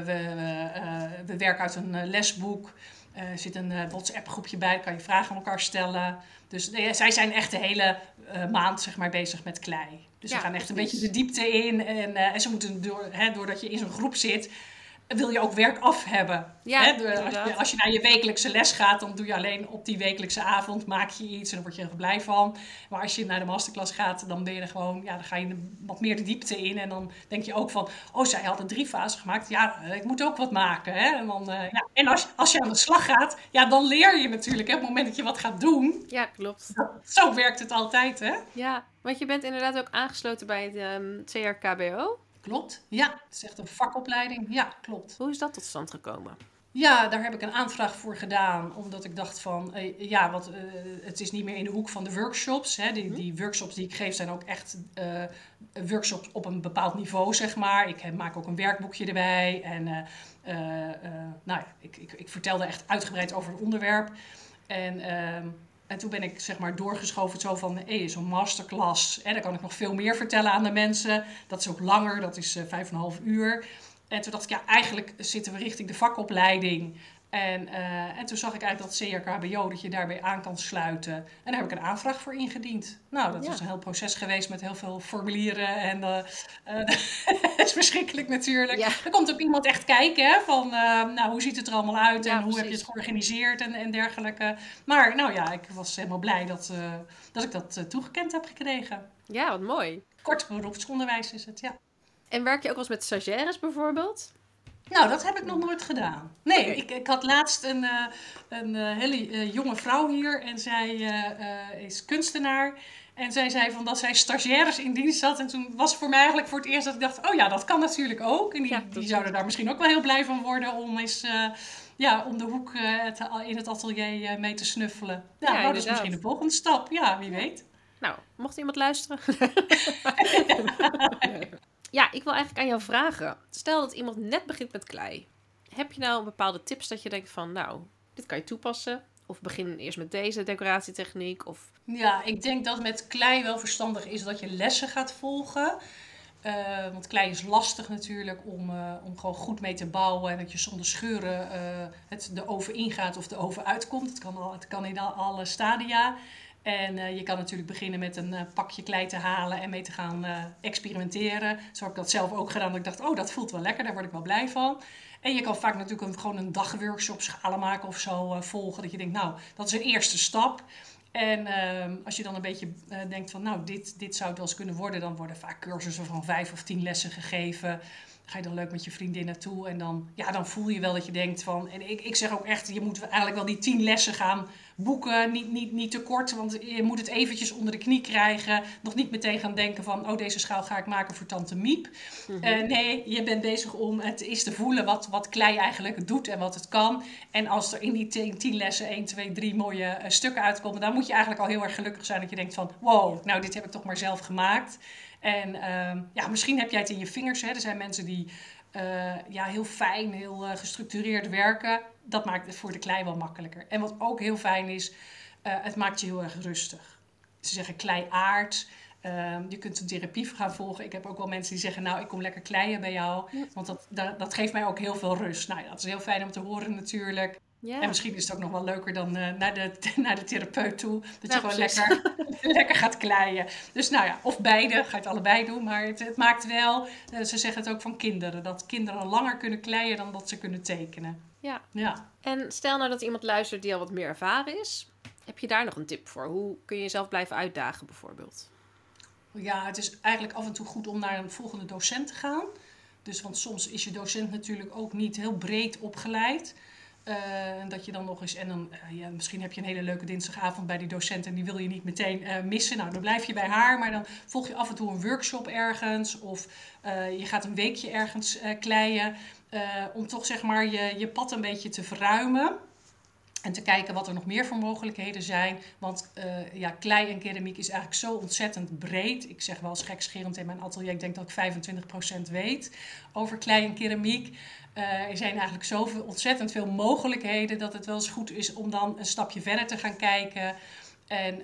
S2: we werken uit een lesboek. Er zit een WhatsApp-groepje bij, daar kan je vragen aan elkaar stellen. Dus zij zijn echt de hele maand zeg maar, bezig met klei. Dus
S1: Ja,
S2: ze gaan echt een
S1: precies.
S2: beetje de diepte in. En ze moeten, doordat je in zo'n groep zit, wil je ook werk af hebben.
S1: Ja,
S2: Hè? Als je naar je wekelijkse les gaat, dan doe je alleen op die wekelijkse avond, maak je iets en dan word je er blij van. Maar als je naar de masterclass gaat, dan ben je er gewoon, ja, dan ga je wat meer de diepte in. En dan denk je ook van, oh, zij hadden 3 fasen gemaakt. Ja, ik moet ook wat maken. Hè? En, dan, ja. En als je aan de slag gaat, ja, dan leer je natuurlijk. Hè? Op het moment dat je wat gaat doen,
S1: Ja, klopt.
S2: zo werkt het altijd, hè?
S1: Ja, want je bent inderdaad ook aangesloten bij het CRKBO.
S2: Klopt, ja. Het is echt een vakopleiding. Ja, klopt.
S1: Hoe is dat tot stand gekomen?
S2: Ja, daar heb ik een aanvraag voor gedaan, omdat ik dacht van, het is niet meer in de hoek van de workshops. Hè. Die workshops die ik geef zijn ook echt workshops op een bepaald niveau, zeg maar. Ik maak ook een werkboekje erbij en nou ja, ik vertelde echt uitgebreid over het onderwerp. En toen ben ik zeg maar doorgeschoven zo van, zo'n masterclass, daar kan ik nog veel meer vertellen aan de mensen. Dat is ook langer, dat is 5,5 uur. En toen dacht ik, ja, eigenlijk zitten we richting de vakopleiding. En toen zag ik eigenlijk dat CRKBO, dat je daarbij aan kan sluiten. En daar heb ik een aanvraag voor ingediend. Nou, dat was een heel proces geweest met heel veel formulieren. En dat is verschrikkelijk natuurlijk.
S1: Ja.
S2: Er komt ook iemand echt kijken, hè, van nou, hoe ziet het er allemaal uit?
S1: Ja,
S2: En hoe heb je
S1: precies.
S2: het georganiseerd en dergelijke. Maar nou ja, ik was helemaal blij dat ik dat toegekend heb gekregen.
S1: Ja, wat mooi.
S2: Kort beroepsonderwijs is het, ja.
S1: En werk je ook wel eens met stagiaires bijvoorbeeld?
S2: Nou, dat heb ik nog nooit gedaan. Nee,
S1: Oké.
S2: ik had laatst een hele jonge vrouw hier en zij is kunstenaar. En zij zei van dat zij stagiaires in dienst had. En toen was het voor mij eigenlijk voor het eerst dat ik dacht, oh ja, dat kan natuurlijk ook. En
S1: Ja, dat
S2: die
S1: is
S2: zouden daar misschien ook wel heel blij van worden om eens om de hoek in het atelier mee te snuffelen.
S1: Ja,
S2: Nou, dat is
S1: inderdaad.
S2: misschien de volgende stap. Ja, wie weet.
S1: Nou, mocht iemand luisteren? Ja, ik wil eigenlijk aan jou vragen. Stel dat iemand net begint met klei. Heb je nou bepaalde tips dat je denkt van, nou, dit kan je toepassen? Of begin eerst met deze decoratietechniek? Of...
S2: Ja, ik denk dat met klei wel verstandig is dat je lessen gaat volgen. Want klei is lastig natuurlijk om gewoon goed mee te bouwen. En dat je zonder scheuren de oven ingaat of de oven uitkomt. Het kan in alle stadia. En je kan natuurlijk beginnen met een pakje klei te halen en mee te gaan experimenteren. Zo heb ik dat zelf ook gedaan. Dat ik dacht, oh, dat voelt wel lekker, daar word ik wel blij van. En je kan vaak natuurlijk gewoon een dagworkshop schalen maken of zo volgen. Dat je denkt, nou, dat is een eerste stap. En als je dan een beetje denkt van, nou, dit zou het wel eens kunnen worden. Dan worden vaak cursussen van 5 of 10 lessen gegeven. Ga je dan leuk met je vriendin naartoe. En dan voel je wel dat je denkt van... En ik zeg ook echt, je moet eigenlijk wel die 10 lessen gaan boeken. Niet te kort, want je moet het eventjes onder de knie krijgen. Nog niet meteen gaan denken van... Oh, deze schaal ga ik maken voor tante Miep. Mm-hmm. Nee, je bent bezig om het eens te voelen wat klei eigenlijk doet en wat het kan. En als er in die 10 lessen 1, 2, 3 mooie stukken uitkomen... dan moet je eigenlijk al heel erg gelukkig zijn dat je denkt van... Wow, nou dit heb ik toch maar zelf gemaakt. En misschien heb jij het in je vingers. Hè. Er zijn mensen die heel fijn, heel gestructureerd werken. Dat maakt het voor de klei wel makkelijker. En wat ook heel fijn is, het maakt je heel erg rustig. Ze zeggen klei aardt. Je kunt een therapie gaan volgen. Ik heb ook wel mensen die zeggen, nou, ik kom lekker kleien bij jou. Want dat geeft mij ook heel veel rust. Nou ja, dat is heel fijn om te horen natuurlijk. Ja. En misschien is het ook nog wel leuker dan naar de therapeut toe. Dat je gewoon lekker gaat kleien. Dus nou ja, of beide. Ga je het allebei doen. Maar het maakt wel, ze zeggen het ook van kinderen. Dat kinderen langer kunnen kleien dan dat ze kunnen tekenen.
S1: Ja. En stel nou dat iemand luistert die al wat meer ervaren is. Heb je daar nog een tip voor? Hoe kun je jezelf blijven uitdagen bijvoorbeeld?
S2: Ja, het is eigenlijk af en toe goed om naar een volgende docent te gaan. Dus, want soms is je docent natuurlijk ook niet heel breed opgeleid. Dat je dan nog eens... En dan, misschien heb je een hele leuke dinsdagavond bij die docent... en die wil je niet meteen missen. Nou, dan blijf je bij haar. Maar dan volg je af en toe een workshop ergens. Of je gaat een weekje ergens kleien. Om toch zeg maar je pad een beetje te verruimen. En te kijken wat er nog meer voor mogelijkheden zijn. Want klei en keramiek is eigenlijk zo ontzettend breed. Ik zeg wel eens gekscherend in mijn atelier. Ik denk dat ik 25% weet over klei en keramiek. Er zijn eigenlijk zoveel ontzettend veel mogelijkheden. Dat het wel eens goed is om dan een stapje verder te gaan kijken. En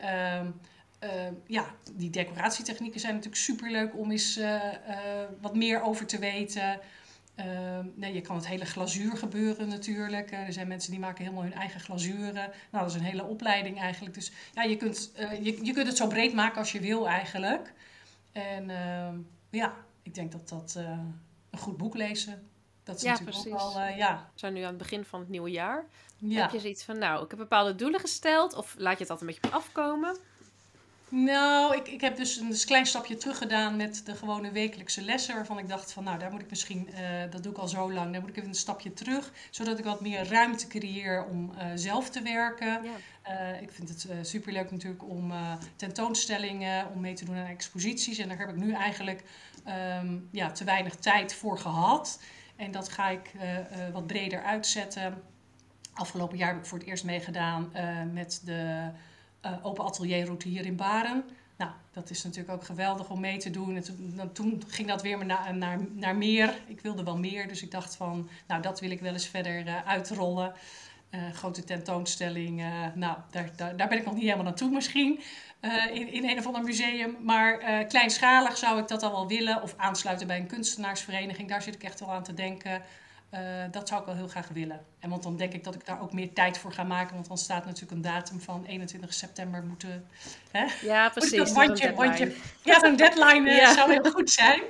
S2: die decoratietechnieken zijn natuurlijk superleuk om eens wat meer over te weten. Je kan het hele glazuur gebeuren natuurlijk. Er zijn mensen die maken helemaal hun eigen glazuren. Nou, dat is een hele opleiding eigenlijk. Dus ja, je kunt het zo breed maken als je wil eigenlijk. En ik denk dat een goed boek lezen... Dat is natuurlijk precies. Ook wel,
S1: We zijn nu aan het begin van het nieuwe jaar. Ja. Heb je zoiets van, nou, ik heb bepaalde doelen gesteld... of laat je het altijd een beetje op afkomen?
S2: Nou, ik heb dus een klein stapje terug gedaan met de gewone wekelijkse lessen... waarvan ik dacht van, nou, daar moet ik misschien... dat doe ik al zo lang, daar moet ik even een stapje terug... zodat ik wat meer ruimte creëer om zelf te werken. Ja. Ik vind het superleuk natuurlijk om tentoonstellingen... om mee te doen aan exposities. En daar heb ik nu eigenlijk te weinig tijd voor gehad... En dat ga ik wat breder uitzetten. Afgelopen jaar heb ik voor het eerst meegedaan met de open atelierroute hier in Baren. Nou, dat is natuurlijk ook geweldig om mee te doen. En toen ging dat weer naar meer. Ik wilde wel meer, dus ik dacht van... Nou, dat wil ik wel eens verder uitrollen. Grote tentoonstelling. Daar ben ik nog niet helemaal naartoe misschien. In een of ander museum. Maar kleinschalig zou ik dat al wel willen. Of aansluiten bij een kunstenaarsvereniging. Daar zit ik echt wel aan te denken. Dat zou ik wel heel graag willen. En want dan denk ik dat ik daar ook meer tijd voor ga maken. Want dan staat natuurlijk een datum van 21 september moeten... Hè?
S1: Ja, precies.
S2: Zo'n deadline zou heel goed zijn.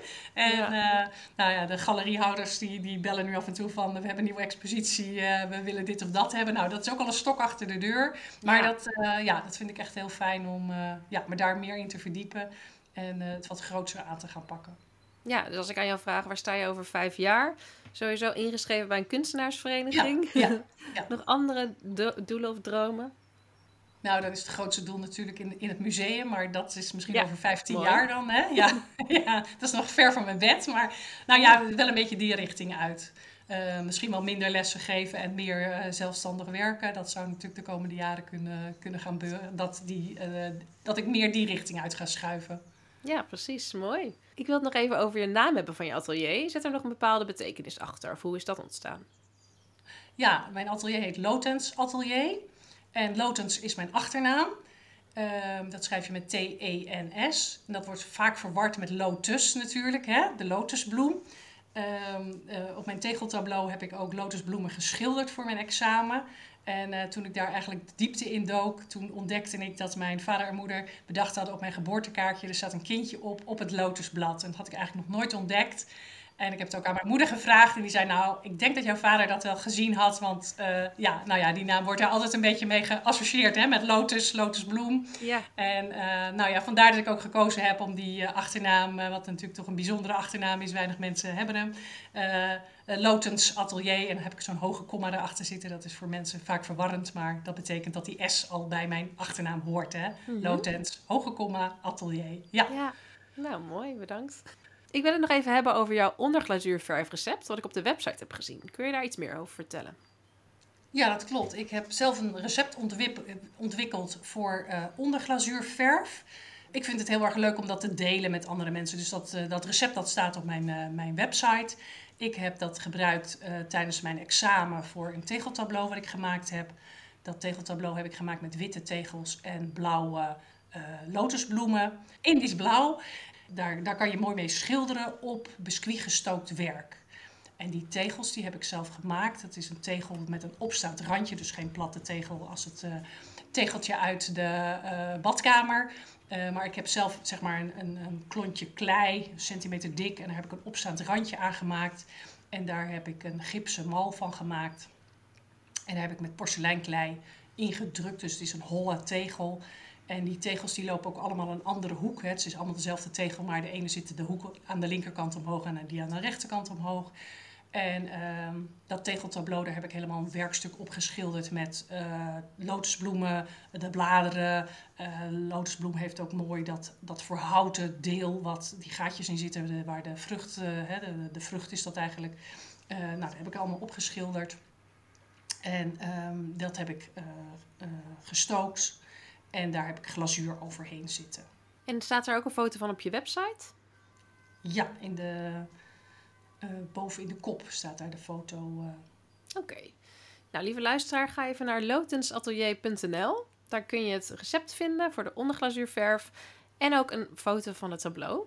S2: En de galeriehouders die bellen nu af en toe van... we hebben een nieuwe expositie, we willen dit of dat hebben. Nou, dat is ook al een stok achter de deur. Maar dat vind ik echt heel fijn om me daar meer in te verdiepen. En het wat groter aan te gaan pakken.
S1: Ja, dus als ik aan jou vraag, waar sta je over 5 jaar? Sowieso ingeschreven bij een kunstenaarsvereniging. Ja. Nog andere doelen of dromen?
S2: Nou, dan is het grootste doel natuurlijk in het museum. Maar dat is misschien over 15 jaar dan. Hè? Ja, dat is nog ver van mijn bed. Maar wel een beetje die richting uit. Misschien wel minder lessen geven en meer zelfstandig werken. Dat zou natuurlijk de komende jaren kunnen gaan gebeuren. Dat ik meer die richting uit ga schuiven.
S1: Ja, precies. Mooi. Ik wil het nog even over je naam hebben van je atelier. Zit er nog een bepaalde betekenis achter? Of hoe is dat ontstaan?
S2: Ja, mijn atelier heet Lotens Atelier. En Lotens is mijn achternaam. Dat schrijf je met T-E-N-S. En dat wordt vaak verward met lotus natuurlijk, hè? De lotusbloem. Op mijn tegeltableau heb ik ook lotusbloemen geschilderd voor mijn examen. En toen ik daar eigenlijk de diepte in dook, toen ontdekte ik dat mijn vader en moeder bedacht hadden op mijn geboortekaartje, er staat een kindje op het lotusblad. En dat had ik eigenlijk nog nooit ontdekt. En ik heb het ook aan mijn moeder gevraagd en die zei, nou, ik denk dat jouw vader dat wel gezien had, want die naam wordt daar altijd een beetje mee geassocieerd, hè, met lotus, lotusbloem.
S1: Ja.
S2: En vandaar dat ik ook gekozen heb om die achternaam, wat natuurlijk toch een bijzondere achternaam is, weinig mensen hebben hem, Lotens Atelier. En dan heb ik zo'n hoge komma erachter zitten, dat is voor mensen vaak verwarrend, maar dat betekent dat die S al bij mijn achternaam hoort, hè. Lotens, hoge komma, Atelier. Ja.
S1: Nou, mooi, bedankt. Ik wil het nog even hebben over jouw onderglazuurverfrecept, wat ik op de website heb gezien. Kun je daar iets meer over vertellen?
S2: Ja, dat klopt. Ik heb zelf een recept ontwikkeld voor onderglazuurverf. Ik vind het heel erg leuk om dat te delen met andere mensen. Dus dat recept dat staat op mijn website. Ik heb dat gebruikt tijdens mijn examen voor een tegeltableau wat ik gemaakt heb. Dat tegeltableau heb ik gemaakt met witte tegels en blauwe lotusbloemen. Indisch blauw. Daar kan je mooi mee schilderen op biscuitgestookt werk. En die tegels die heb ik zelf gemaakt. Dat is een tegel met een opstaand randje, dus geen platte tegel als het tegeltje uit de badkamer. Maar ik heb zelf zeg maar een klontje klei, een centimeter dik. En daar heb ik een opstaand randje aan gemaakt. En daar heb ik een gipsen mal van gemaakt. En daar heb ik met porseleinklei ingedrukt. Dus het is een holle tegel. En die tegels die lopen ook allemaal een andere hoek. Hè. Het is allemaal dezelfde tegel, maar de ene zit de hoek aan de linkerkant omhoog en die aan de rechterkant omhoog. En dat tegeltableau, daar heb ik helemaal een werkstuk opgeschilderd met lotusbloemen, de bladeren. Lotusbloem heeft ook mooi dat verhouten deel, wat die gaatjes in zitten, waar de vrucht, de vrucht is dat eigenlijk. Dat heb ik allemaal opgeschilderd. En dat heb ik gestookt. En daar heb ik glazuur overheen zitten.
S1: En staat er ook een foto van op je website?
S2: Ja, boven in de kop staat daar de foto.
S1: Oké. Nou, lieve luisteraar, ga even naar lotensatelier.nl. Daar kun je het recept vinden voor de onderglazuurverf en ook een foto van het tableau.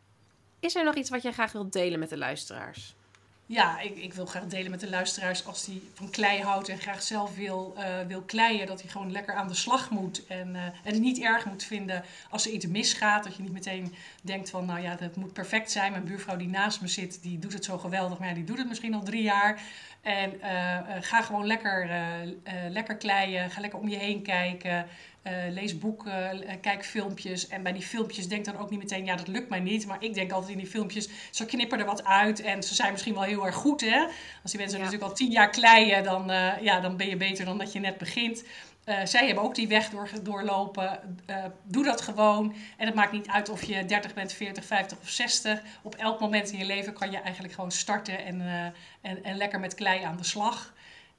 S1: Is er nog iets wat jij graag wilt delen met de luisteraars?
S2: Ja, ik wil graag delen met de luisteraars als die van klei houdt en graag zelf wil kleien, dat hij gewoon lekker aan de slag moet en het niet erg moet vinden als er iets misgaat. Dat je niet meteen denkt van, nou ja, dat moet perfect zijn. Mijn buurvrouw die naast me zit, die doet het zo geweldig, maar ja, die doet het misschien al 3 jaar. En ga gewoon lekker kleien, ga lekker om je heen kijken. Lees boeken, kijk filmpjes. En bij die filmpjes denk dan ook niet meteen, ja, dat lukt mij niet. Maar ik denk altijd in die filmpjes, ze knippen er wat uit. En ze zijn misschien wel heel erg goed, hè. Als die mensen natuurlijk al 10 jaar kleien, dan ben je beter dan dat je net begint. Zij hebben ook die weg doorlopen. Doe dat gewoon. En het maakt niet uit of je 30 bent, 40, 50 of 60. Op elk moment in je leven kan je eigenlijk gewoon starten en lekker met klei aan de slag.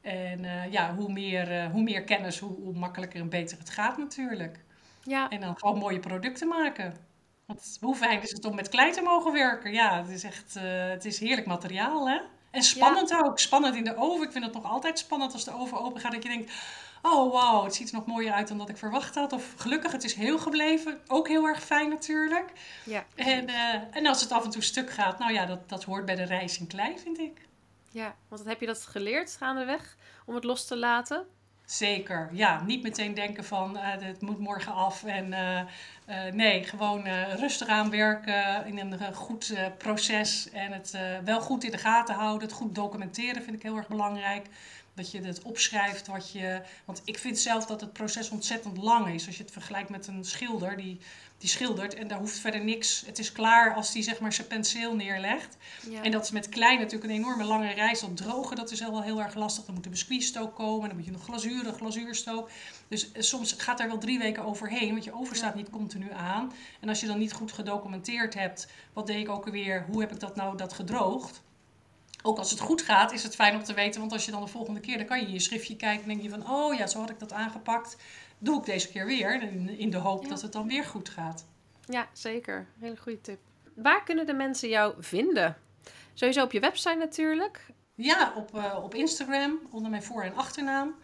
S2: En hoe meer kennis, hoe makkelijker en beter het gaat natuurlijk.
S1: Ja.
S2: En dan gewoon mooie producten maken. Want hoe fijn is het om met klei te mogen werken? Ja, het is echt het is heerlijk materiaal, hè? En spannend ook. Spannend in de oven. Ik vind het nog altijd spannend als de oven open gaat. Dat je denkt, oh wauw, het ziet er nog mooier uit dan dat ik verwacht had. Of gelukkig, het is heel gebleven. Ook heel erg fijn natuurlijk.
S1: Ja.
S2: En als het af en toe stuk gaat, nou ja, dat hoort bij de reis in klei, vind ik.
S1: Ja, want heb je dat geleerd gaandeweg om het los te laten?
S2: Zeker, ja. Niet meteen denken van het moet morgen af. En nee, gewoon rustig aan werken in een goed proces. En het wel goed in de gaten houden. Het goed documenteren vind ik heel erg belangrijk. Dat je het opschrijft Want ik vind zelf dat het proces ontzettend lang is. Als je het vergelijkt met een schilder die schildert en daar hoeft verder niks. Het is klaar als die zeg maar zijn penseel neerlegt. Ja. En dat is met klei natuurlijk een enorme lange reis. Dat drogen, dat is wel heel erg lastig. Dan moet de biscuitstook komen, dan moet je nog glazuurstook. Dus soms gaat er wel 3 weken overheen, want je oven staat niet continu aan. En als je dan niet goed gedocumenteerd hebt, wat deed ik ook alweer, hoe heb ik dat gedroogd? Ook als het goed gaat, is het fijn om te weten. Want als je dan de volgende keer, dan kan je in je schriftje kijken en denk je van, oh ja, zo had ik dat aangepakt. Doe ik deze keer weer, in de hoop dat het dan weer goed gaat.
S1: Ja, zeker. Hele goede tip. Waar kunnen de mensen jou vinden? Sowieso op je website natuurlijk.
S2: Ja, op Instagram, onder mijn voor- en achternaam.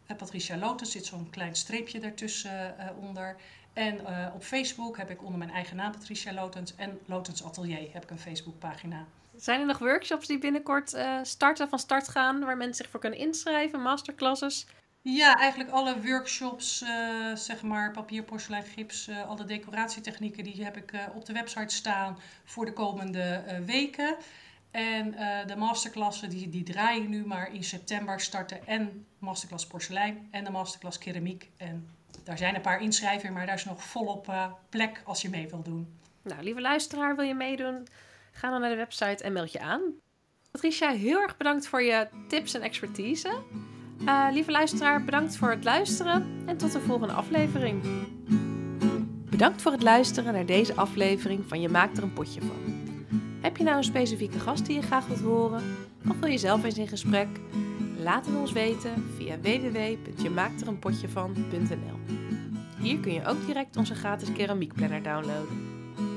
S2: Patricia Lotens, zit zo'n klein streepje ertussen onder. En op Facebook heb ik onder mijn eigen naam Patricia Lotens en Lotens Atelier heb ik een Facebookpagina.
S1: Zijn er nog workshops die binnenkort van start gaan, waar mensen zich voor kunnen inschrijven, masterclasses?
S2: Ja, eigenlijk alle workshops, zeg maar papier, porselein, gips, alle decoratietechnieken, die heb ik op de website staan voor de komende weken. En de masterklassen die draaien nu, maar in september starten en masterclass porselein en de masterclass keramiek. En daar zijn een paar inschrijvingen, maar daar is nog volop plek als je mee wilt doen.
S1: Nou, lieve luisteraar, wil je meedoen? Ga dan naar de website en meld je aan. Patricia, heel erg bedankt voor je tips en expertise. Lieve luisteraar, bedankt voor het luisteren en tot de volgende aflevering. Bedankt voor het luisteren naar deze aflevering van Je maakt er een potje van. Heb je nou een specifieke gast die je graag wilt horen? Of wil je zelf eens in gesprek? Laat het ons weten via www.jemaakterenpotjevan.nl. Hier kun je ook direct onze gratis keramiekplanner downloaden.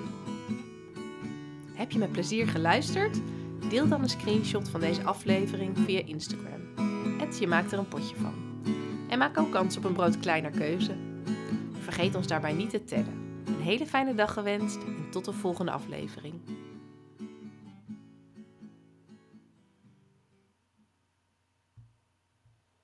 S1: Heb je met plezier geluisterd? Deel dan een screenshot van deze aflevering via Instagram. Je maakt er een potje van. En maak ook kans op een brood kleiner keuze. Vergeet ons daarbij niet te taggen. Een hele fijne dag gewenst en tot de volgende aflevering.